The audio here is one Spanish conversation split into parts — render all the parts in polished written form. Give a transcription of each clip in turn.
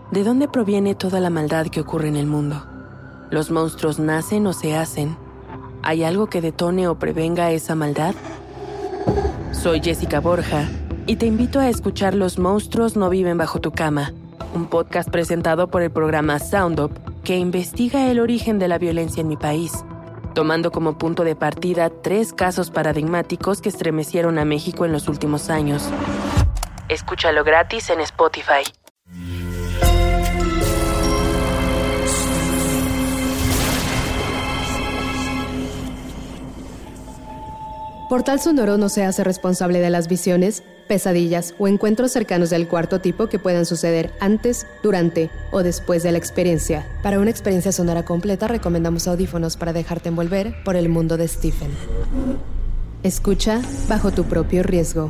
¿De dónde proviene toda la maldad que ocurre en el mundo? ¿Los monstruos nacen o se hacen? ¿Hay algo que detone o prevenga esa maldad? Soy Jessica Borja y te invito a escuchar Los monstruos no viven bajo tu cama, un podcast presentado por el programa Sound Up que investiga el origen de la violencia en mi país, tomando como punto de partida 3 casos paradigmáticos que estremecieron a México en los últimos años. Escúchalo gratis en Spotify. Portal Sonoro no se hace responsable de las visiones, pesadillas o encuentros cercanos del cuarto tipo que puedan suceder antes, durante o después de la experiencia. Para una experiencia sonora completa, recomendamos audífonos para dejarte envolver por el mundo de Stephen. Escucha bajo tu propio riesgo.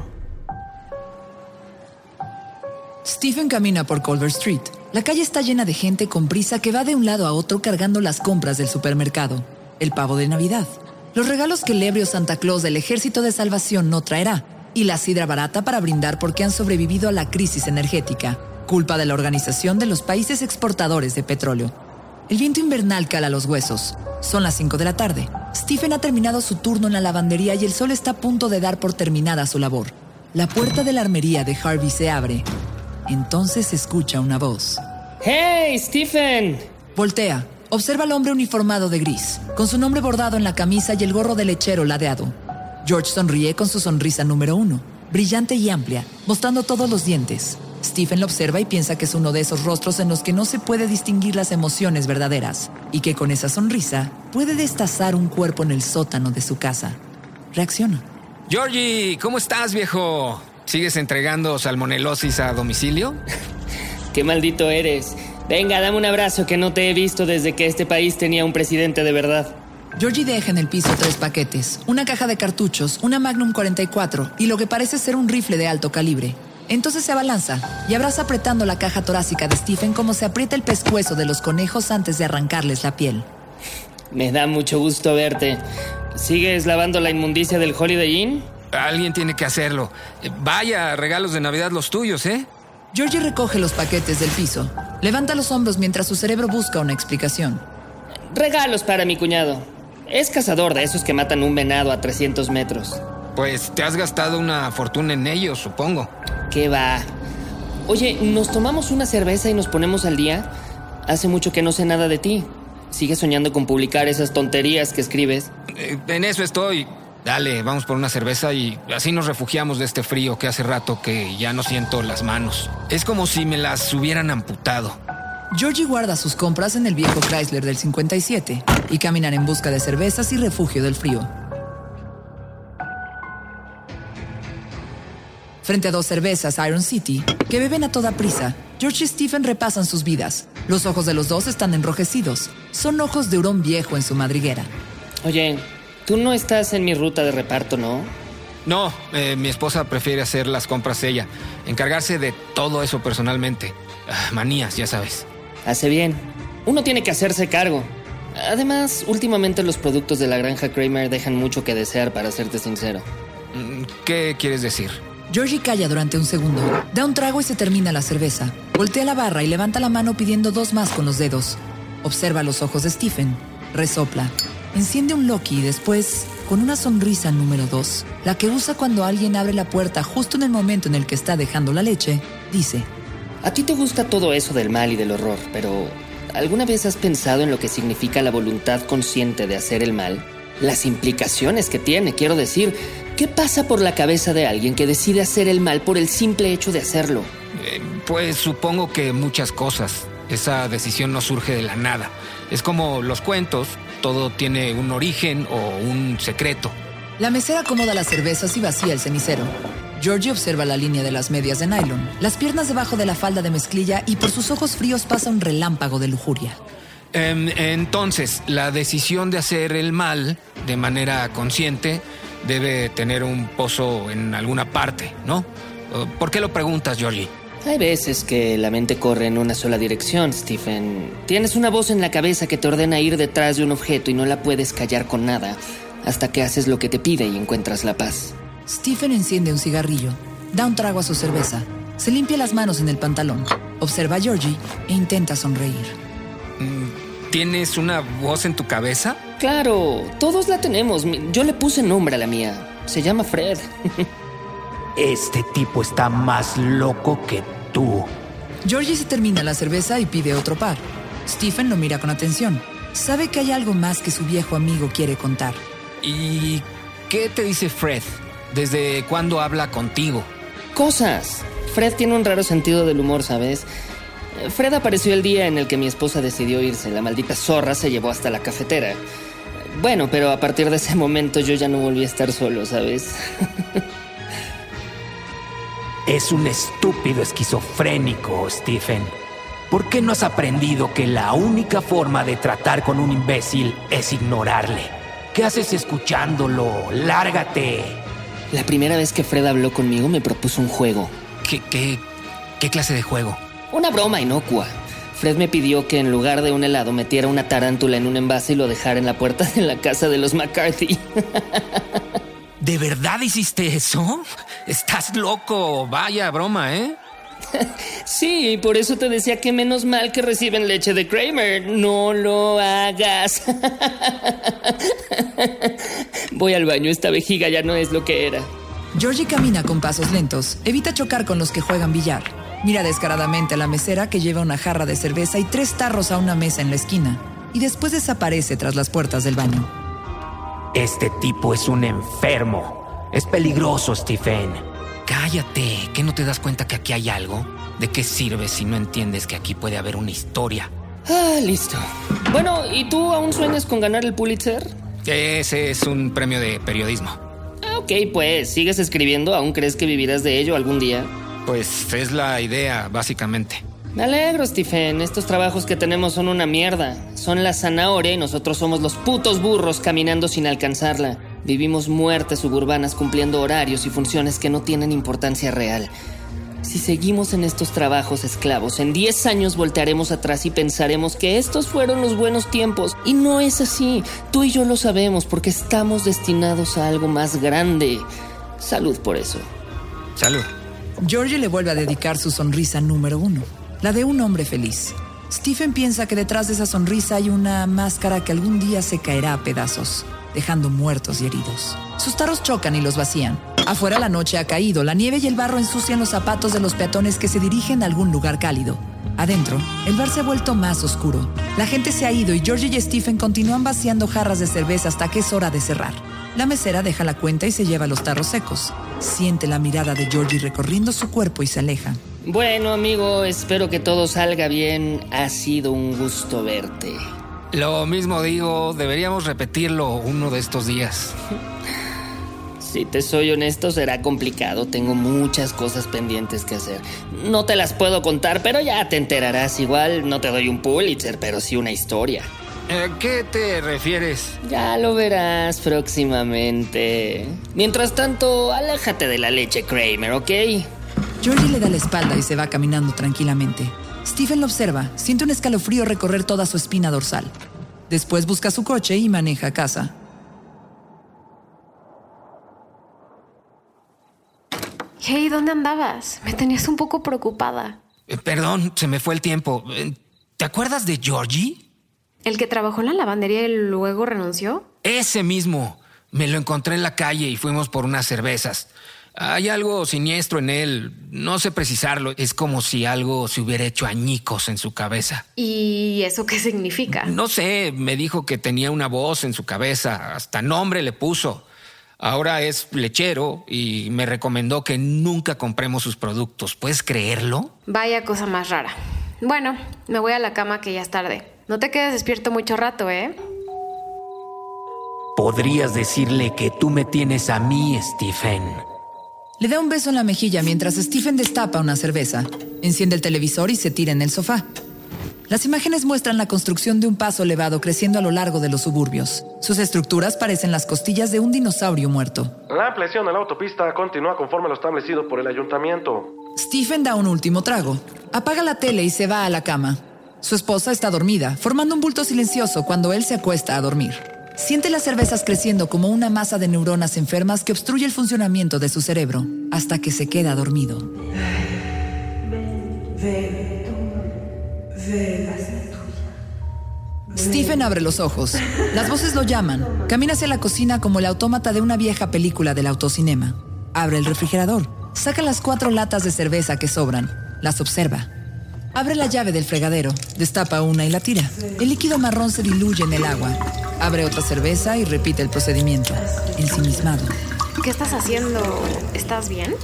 Stephen camina por Culver Street. La calle está llena de gente con prisa que va de un lado a otro cargando las compras del supermercado. El pavo de Navidad. Los regalos que el ebrio Santa Claus del Ejército de Salvación no traerá. Y la sidra barata para brindar porque han sobrevivido a la crisis energética, culpa de la Organización de los Países Exportadores de Petróleo. El viento invernal cala los huesos. Son las 5 de la tarde. Stephen ha terminado su turno en la lavandería y el sol está a punto de dar por terminada su labor. La puerta de la armería de Harvey se abre. Entonces se escucha una voz. ¡Hey, Stephen! Voltea. Observa al hombre uniformado de gris, con su nombre bordado en la camisa y el gorro de lechero ladeado. George sonríe con su sonrisa número 1, brillante y amplia, mostrando todos los dientes. Stephen lo observa y piensa que es uno de esos rostros en los que no se puede distinguir las emociones verdaderas, y que con esa sonrisa puede destazar un cuerpo en el sótano de su casa. Reacciona. Georgie, ¿cómo estás, viejo? ¿Sigues entregando salmonelosis a domicilio? ¡Qué maldito eres! Venga, dame un abrazo que no te he visto desde que este país tenía un presidente de verdad. Georgie deja en el piso 3 paquetes, una caja de cartuchos, una Magnum 44 y lo que parece ser un rifle de alto calibre. Entonces se abalanza y abraza apretando la caja torácica de Stephen como se aprieta el pescuezo de los conejos antes de arrancarles la piel. Me da mucho gusto verte. ¿Sigues lavando la inmundicia del Holiday Inn? Alguien tiene que hacerlo. Vaya, regalos de Navidad los tuyos, ¿eh? Georgie recoge los paquetes del piso. Levanta los hombros mientras su cerebro busca una explicación. Regalos para mi cuñado. Es cazador de esos que matan un venado a 300 metros. Pues te has gastado una fortuna en ellos, supongo. ¿Qué va? Oye, ¿nos tomamos una cerveza y nos ponemos al día? Hace mucho que no sé nada de ti. ¿Sigues soñando con publicar esas tonterías que escribes? En eso estoy. Dale, vamos por una cerveza y así nos refugiamos de este frío que hace rato que ya no siento las manos. Es como si me las hubieran amputado. Georgie guarda sus compras en el viejo Chrysler del 57 y caminan en busca de cervezas y refugio del frío. Frente a 2 cervezas Iron City, que beben a toda prisa, George y Stephen repasan sus vidas. Los ojos de los dos están enrojecidos. Son ojos de hurón viejo en su madriguera. Oye, tú no estás en mi ruta de reparto, ¿no? No, mi esposa prefiere hacer las compras ella, encargarse de todo eso personalmente. Manías, ya sabes. Hace bien. Uno tiene que hacerse cargo. Además, últimamente los productos de la granja Kramer dejan mucho que desear, para serte sincero. ¿Qué quieres decir? Georgie calla durante un segundo, da un trago y se termina la cerveza. Voltea la barra y levanta la mano pidiendo 2 más con los dedos. Observa los ojos de Stephen, resopla, enciende un Lucky y después, con una sonrisa número 2, la que usa cuando alguien abre la puerta justo en el momento en el que está dejando la leche, dice: A ti te gusta todo eso del mal y del horror, pero ¿alguna vez has pensado en lo que significa la voluntad consciente de hacer el mal? Las implicaciones que tiene, quiero decir. ¿Qué pasa por la cabeza de alguien que decide hacer el mal por el simple hecho de hacerlo? Pues supongo que muchas cosas. Esa decisión no surge de la nada. Es como los cuentos, todo tiene un origen o un secreto. La mesera acomoda las cervezas y vacía el cenicero. Georgie observa la línea de las medias de nylon, las piernas debajo de la falda de mezclilla y por sus ojos fríos pasa un relámpago de lujuria. Entonces, la decisión de hacer el mal de manera consciente debe tener un pozo en alguna parte, ¿no? ¿Por qué lo preguntas, Georgie? Hay veces que la mente corre en una sola dirección, Stephen. Tienes una voz en la cabeza que te ordena ir detrás de un objeto y no la puedes callar con nada hasta que haces lo que te pide y encuentras la paz. Stephen enciende un cigarrillo, da un trago a su cerveza, se limpia las manos en el pantalón. Observa a Georgie e intenta sonreír. ¿Tienes una voz en tu cabeza? Claro, todos la tenemos. Yo le puse nombre a la mía. Se llama Fred. Este tipo está más loco que tú. Georgie se termina la cerveza y pide otro par. Stephen lo mira con atención. Sabe que hay algo más que su viejo amigo quiere contar. ¿Y qué te dice Fred? ¿Desde cuándo habla contigo? Cosas. Fred tiene un raro sentido del humor, ¿sabes? Fred apareció el día en el que mi esposa decidió irse. La maldita zorra se llevó hasta la cafetera. Bueno, pero a partir de ese momento yo ya no volví a estar solo, ¿sabes? Es un estúpido esquizofrénico, Stephen. ¿Por qué no has aprendido que la única forma de tratar con un imbécil es ignorarle? ¿Qué haces escuchándolo? ¡Lárgate! La primera vez que Fred habló conmigo me propuso un juego. ¿Qué clase de juego? Una broma inocua. Fred me pidió que en lugar de un helado metiera una tarántula en un envase y lo dejara en la puerta de la casa de los McCarthy. ¿De verdad hiciste eso? Estás loco. Vaya broma, ¿eh? Sí, por eso te decía que menos mal que reciben leche de Kramer. No lo hagas. Voy al baño, esta vejiga ya no es lo que era. Georgie camina con pasos lentos. Evita chocar con los que juegan billar. Mira descaradamente a la mesera que lleva una jarra de cerveza y 3 tarros a una mesa en la esquina. Y después desaparece tras las puertas del baño. Este tipo es un enfermo. Es peligroso, Stephen. Cállate, ¿que no te das cuenta que aquí hay algo? ¿De qué sirve si no entiendes que aquí puede haber una historia? Listo. Bueno, ¿y tú aún sueñas con ganar el Pulitzer? Ese es un premio de periodismo. Ok, pues, ¿sigues escribiendo? ¿Aún crees que vivirás de ello algún día? Pues es la idea, básicamente. Me alegro, Stephen. Estos trabajos que tenemos son una mierda. Son la zanahoria y nosotros somos los putos burros caminando sin alcanzarla. Vivimos muertes suburbanas cumpliendo horarios y funciones que no tienen importancia real. Si seguimos en estos trabajos esclavos, en 10 años voltearemos atrás y pensaremos que estos fueron los buenos tiempos. Y no es así. Tú y yo lo sabemos porque estamos destinados a algo más grande. Salud por eso. Salud. Georgie le vuelve a dedicar su sonrisa número 1, la de un hombre feliz. Stephen piensa que detrás de esa sonrisa hay una máscara que algún día se caerá a pedazos, dejando muertos y heridos. Sus tarros chocan y los vacían. Afuera la noche ha caído, la nieve y el barro ensucian los zapatos de los peatones que se dirigen a algún lugar cálido. Adentro, el bar se ha vuelto más oscuro. La gente se ha ido y Georgie y Stephen continúan vaciando jarras de cerveza hasta que es hora de cerrar. La mesera deja la cuenta y se lleva los tarros secos. Siente la mirada de Georgie recorriendo su cuerpo y se aleja. Bueno, amigo, espero que todo salga bien. Ha sido un gusto verte. Lo mismo digo, deberíamos repetirlo uno de estos días. Si te soy honesto, será complicado. Tengo muchas cosas pendientes que hacer. No te las puedo contar, pero ya te enterarás. Igual no te doy un Pulitzer, pero sí una historia. ¿A qué te refieres? Ya lo verás próximamente. Mientras tanto, aléjate de la leche, Kramer, ¿ok? Georgie le da la espalda y se va caminando tranquilamente. Stephen lo observa, siente un escalofrío recorrer toda su espina dorsal. Después busca su coche y maneja a casa. Hey, ¿dónde andabas? Me tenías un poco preocupada. Perdón, se me fue el tiempo. ¿Te acuerdas de Georgie? ¿El que trabajó en la lavandería y luego renunció? Ese mismo. Me lo encontré en la calle y fuimos por unas cervezas. Hay algo siniestro en él. No sé precisarlo. Es como si algo se hubiera hecho añicos en su cabeza. ¿Y eso qué significa? No sé. Me dijo que tenía una voz en su cabeza. Hasta nombre le puso. Ahora es lechero y me recomendó que nunca compremos sus productos. ¿Puedes creerlo? Vaya cosa más rara. Bueno, me voy a la cama que ya es tarde. No te quedes despierto mucho rato, ¿eh? Podrías decirle que tú me tienes a mí, Stephen. Le da un beso en la mejilla mientras Stephen destapa una cerveza. Enciende el televisor y se tira en el sofá. Las imágenes muestran la construcción de un paso elevado creciendo a lo largo de los suburbios. Sus estructuras parecen las costillas de un dinosaurio muerto. La ampliación de la autopista continúa conforme lo establecido por el ayuntamiento. Stephen da un último trago. Apaga la tele y se va a la cama. Su esposa está dormida, formando un bulto silencioso cuando él se acuesta a dormir. Siente las cervezas creciendo como una masa de neuronas enfermas que obstruye el funcionamiento de su cerebro, hasta que se queda dormido. Ven, Stephen abre los ojos. Las voces lo llaman. Camina hacia la cocina como el autómata de una vieja película del autocinema. Abre el refrigerador. Saca las 4 latas de cerveza que sobran. Las observa. Abre la llave del fregadero. Destapa una y la tira. El líquido marrón se diluye en el agua. Abre otra cerveza y repite el procedimiento. Ensimismado. ¿Qué estás haciendo? ¿Estás bien?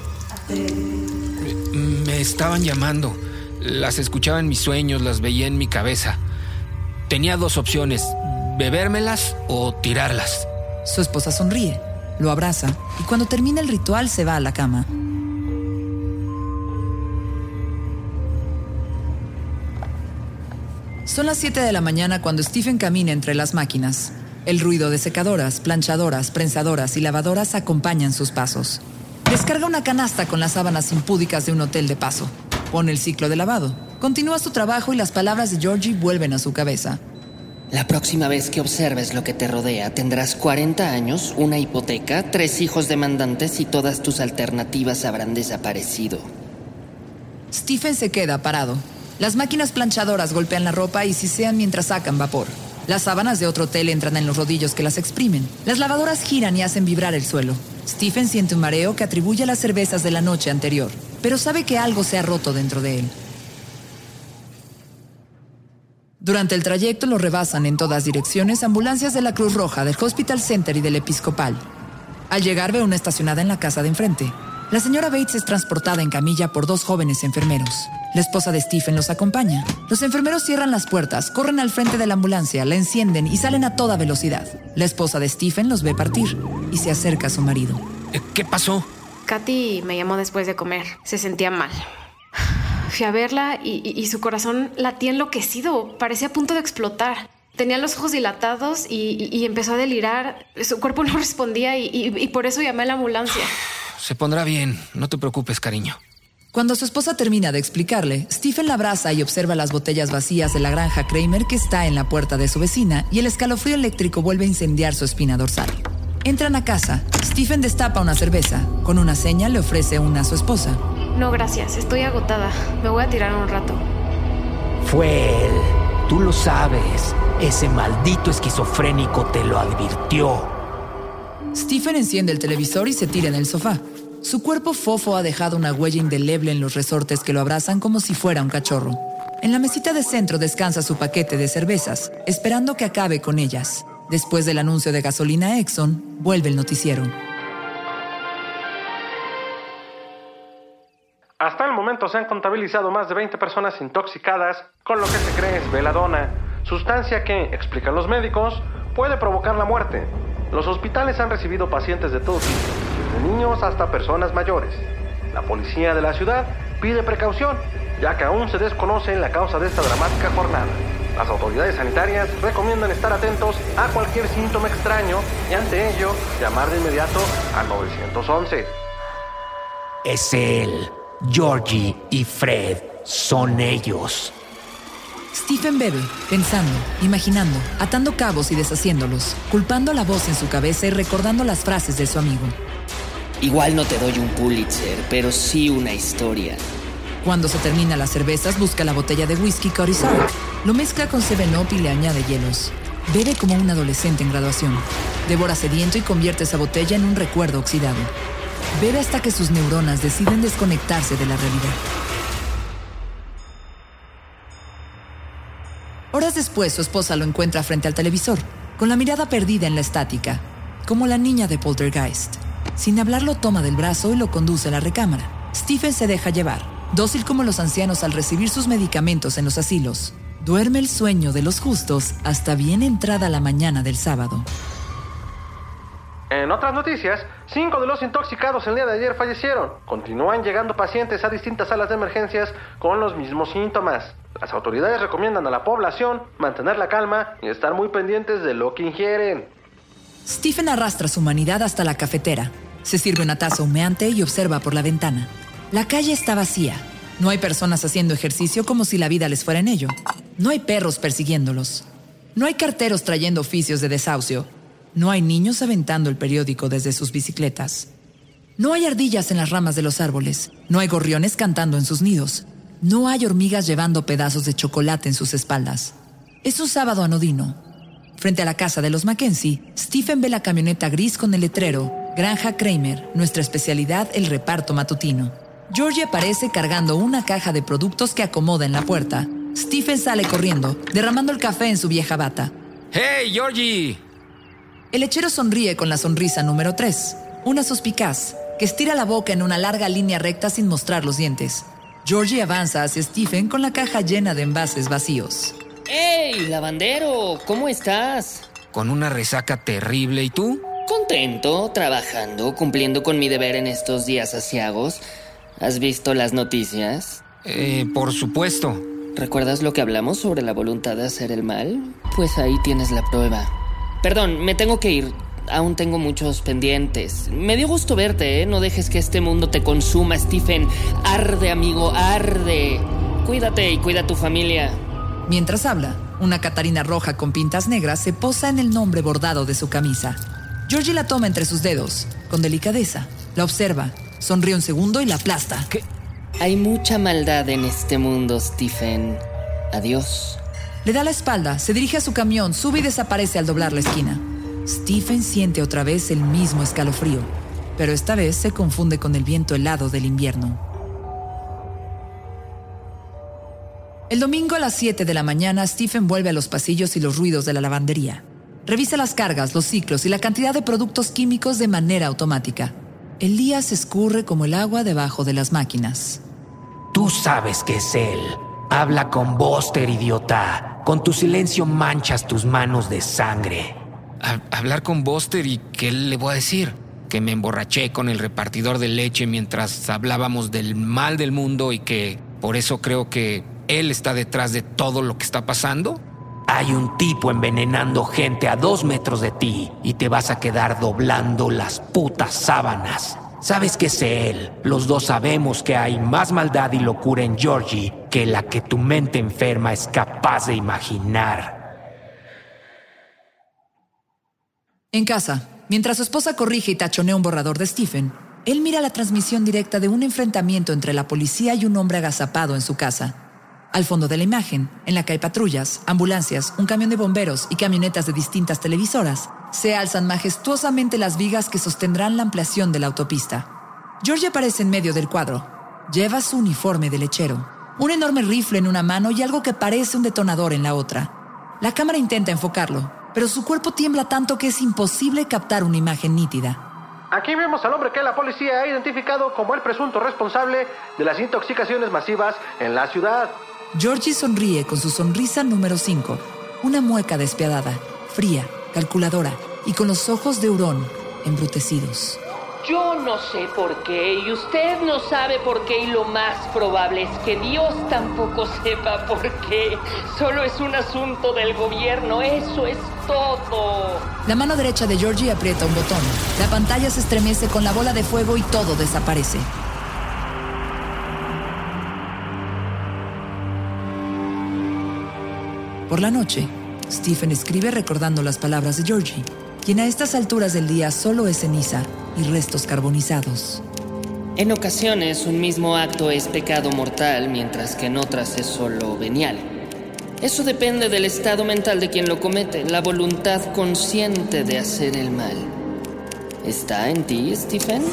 Me estaban llamando. Las escuchaba en mis sueños, las veía en mi cabeza. Tenía 2 opciones, bebérmelas o tirarlas. Su esposa sonríe, lo abraza y cuando termina el ritual se va a la cama. Son las 7 de la mañana cuando Stephen camina entre las máquinas. El ruido de secadoras, planchadoras, prensadoras y lavadoras acompañan sus pasos. Descarga una canasta con las sábanas impúdicas de un hotel de paso. Pone el ciclo de lavado. Continúa su trabajo y las palabras de Georgie vuelven a su cabeza. La próxima vez que observes lo que te rodea, tendrás 40 años, una hipoteca, 3 hijos demandantes y todas tus alternativas habrán desaparecido. Stephen se queda parado. Las máquinas planchadoras golpean la ropa y sisean mientras sacan vapor. Las sábanas de otro hotel entran en los rodillos que las exprimen. Las lavadoras giran y hacen vibrar el suelo. Stephen siente un mareo que atribuye a las cervezas de la noche anterior, pero sabe que algo se ha roto dentro de él. Durante el trayecto lo rebasan en todas direcciones ambulancias de la Cruz Roja, del Hospital Center y del Episcopal. Al llegar ve una estacionada en la casa de enfrente. La señora Bates es transportada en camilla por 2 jóvenes enfermeros. La esposa de Stephen los acompaña. Los enfermeros cierran las puertas, corren al frente de la ambulancia, la encienden y salen a toda velocidad. La esposa de Stephen los ve partir y se acerca a su marido. ¿Qué pasó? Katy me llamó después de comer. Se sentía mal. Fui a verla y su corazón latía enloquecido. Parecía a punto de explotar. Tenía los ojos dilatados y empezó a delirar. Su cuerpo no respondía y por eso llamé a la ambulancia. Se pondrá bien. No te preocupes, cariño. Cuando su esposa termina de explicarle, Stephen la abraza y observa las botellas vacías de la granja Kramer que está en la puerta de su vecina y el escalofrío eléctrico vuelve a incendiar su espina dorsal. Entran a casa. Stephen destapa una cerveza. Con una seña le ofrece una a su esposa. No, gracias. Estoy agotada. Me voy a tirar un rato. Fue él. Tú lo sabes. Ese maldito esquizofrénico te lo advirtió. Stephen enciende el televisor y se tira en el sofá. Su cuerpo fofo ha dejado una huella indeleble en los resortes que lo abrazan como si fuera un cachorro. En la mesita de centro descansa su paquete de cervezas, esperando que acabe con ellas. Después del anuncio de gasolina Exxon, vuelve el noticiero. Hasta el momento se han contabilizado más de 20 personas intoxicadas con lo que se cree es beladona, sustancia que, explican los médicos, puede provocar la muerte. Los hospitales han recibido pacientes de todo tipo, desde niños hasta personas mayores. La policía de la ciudad pide precaución, ya que aún se desconoce la causa de esta dramática jornada. Las autoridades sanitarias recomiendan estar atentos a cualquier síntoma extraño y ante ello, llamar de inmediato al 911. Es él. Georgie y Fred son ellos. Stephen bebe, pensando, imaginando, atando cabos y deshaciéndolos, culpando la voz en su cabeza y recordando las frases de su amigo. Igual no te doy un Pulitzer, pero sí una historia. Cuando se termina las cervezas, busca la botella de whisky Cody Sour. Lo mezcla con 7-Up y le añade hielos. Bebe como un adolescente en graduación. Devora sediento y convierte esa botella en un recuerdo oxidado. Bebe hasta que sus neuronas deciden desconectarse de la realidad. Horas después, su esposa lo encuentra frente al televisor, con la mirada perdida en la estática, como la niña de Poltergeist. Sin hablar, lo toma del brazo y lo conduce a la recámara. Stephen se deja llevar, dócil como los ancianos al recibir sus medicamentos en los asilos. Duerme el sueño de los justos hasta bien entrada la mañana del sábado. En otras noticias, 5 de los intoxicados el día de ayer fallecieron. Continúan llegando pacientes a distintas salas de emergencias con los mismos síntomas. Las autoridades recomiendan a la población mantener la calma y estar muy pendientes de lo que ingieren. Stephen arrastra su humanidad hasta la cafetera. Se sirve una taza humeante y observa por la ventana. La calle está vacía. No hay personas haciendo ejercicio como si la vida les fuera en ello. No hay perros persiguiéndolos. No hay carteros trayendo oficios de desahucio. No hay niños aventando el periódico desde sus bicicletas. No hay ardillas en las ramas de los árboles. No hay gorriones cantando en sus nidos. No hay hormigas llevando pedazos de chocolate en sus espaldas. Es un sábado anodino. Frente a la casa de los Mackenzie, Stephen ve la camioneta gris con el letrero Granja Kramer, nuestra especialidad el reparto matutino. Georgie aparece cargando una caja de productos que acomoda en la puerta. Stephen sale corriendo, derramando el café en su vieja bata. ¡Hey, Georgie! El lechero sonríe con la sonrisa número 3, una suspicaz, que estira la boca en una larga línea recta sin mostrar los dientes. Georgie avanza hacia Stephen con la caja llena de envases vacíos. ¡Hey, lavandero! ¿Cómo estás? Con una resaca terrible, ¿y tú? Contento, trabajando, cumpliendo con mi deber en estos días aciagos. ¿Has visto las noticias? Por supuesto. ¿Recuerdas lo que hablamos sobre la voluntad de hacer el mal? Pues ahí tienes la prueba. Perdón, me tengo que ir. Aún tengo muchos pendientes. Me dio gusto verte, ¿eh? No dejes que este mundo te consuma, Stephen. Arde, amigo, arde. Cuídate y cuida a tu familia. Mientras habla, una Catarina roja con pintas negras se posa en el nombre bordado de su camisa. Georgie la toma entre sus dedos, con delicadeza. La observa, sonríe un segundo y la aplasta. ¿Qué? Hay mucha maldad en este mundo, Stephen. Adiós. Le da la espalda, se dirige a su camión, sube y desaparece al doblar la esquina. Stephen siente otra vez el mismo escalofrío, pero esta vez se confunde con el viento helado del invierno. El domingo a las 7 de la mañana, Stephen vuelve a los pasillos y los ruidos de la lavandería. Revisa las cargas, los ciclos y la cantidad de productos químicos de manera automática. El día se escurre como el agua debajo de las máquinas. Tú sabes que es él. Habla con Buster, idiota. Con tu silencio manchas tus manos de sangre. Hablar con Buster y ¿qué le voy a decir? Que me emborraché con el repartidor de leche mientras hablábamos del mal del mundo y que por eso creo que él está detrás de todo lo que está pasando. Hay un tipo envenenando gente a 2 metros de ti y te vas a quedar doblando las putas sábanas. Sabes que es él. Los dos sabemos que hay más maldad y locura en Georgie que la que tu mente enferma es capaz de imaginar. En casa, mientras su esposa corrige y tachonea un borrador de Stephen, él mira la transmisión directa de un enfrentamiento entre la policía y un hombre agazapado en su casa. Al fondo de la imagen, en la que hay patrullas, ambulancias, un camión de bomberos y camionetas de distintas televisoras, se alzan majestuosamente las vigas que sostendrán la ampliación de la autopista. Georgie aparece en medio del cuadro. Lleva su uniforme de lechero, un enorme rifle en una mano y algo que parece un detonador en la otra. La cámara intenta enfocarlo, pero su cuerpo tiembla tanto que es imposible captar una imagen nítida. Aquí vemos al hombre que la policía ha identificado como el presunto responsable de las intoxicaciones masivas en la ciudad. Georgie sonríe con su sonrisa número 5, una mueca despiadada, fría, calculadora y con los ojos de hurón embrutecidos. Yo no sé por qué y usted no sabe por qué y lo más probable es que Dios tampoco sepa por qué. Solo es un asunto del gobierno, eso es todo. La mano derecha de Georgie aprieta un botón. La pantalla se estremece con la bola de fuego y todo desaparece. Por la noche, Stephen escribe recordando las palabras de Georgie, quien a estas alturas del día solo es ceniza y restos carbonizados. En ocasiones, un mismo acto es pecado mortal, mientras que en otras es solo venial. Eso depende del estado mental de quien lo comete, la voluntad consciente de hacer el mal. ¿Está en ti, Stephen?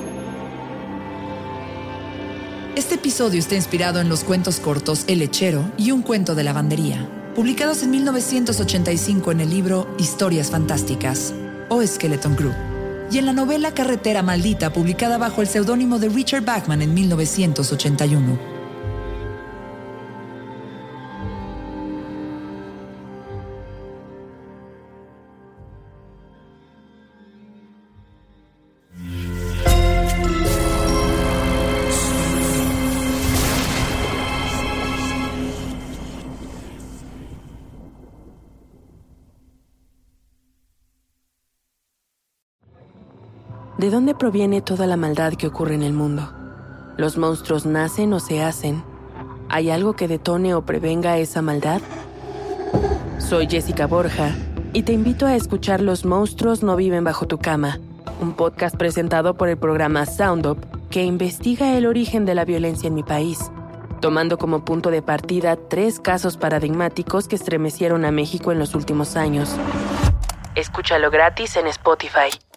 Este episodio está inspirado en los cuentos cortos El Lechero y Un cuento de lavandería, publicados en 1985 en el libro Historias Fantásticas, o Skeleton Crew, y en la novela Carretera Maldita, publicada bajo el seudónimo de Richard Bachman en 1981. ¿De dónde proviene toda la maldad que ocurre en el mundo? ¿Los monstruos nacen o se hacen? ¿Hay algo que detone o prevenga esa maldad? Soy Jessica Borja y te invito a escuchar Los monstruos no viven bajo tu cama, un podcast presentado por el programa Sound Up que investiga el origen de la violencia en mi país. tomando como punto de partida 3 casos paradigmáticos que estremecieron a México en los últimos años. Escúchalo gratis en Spotify.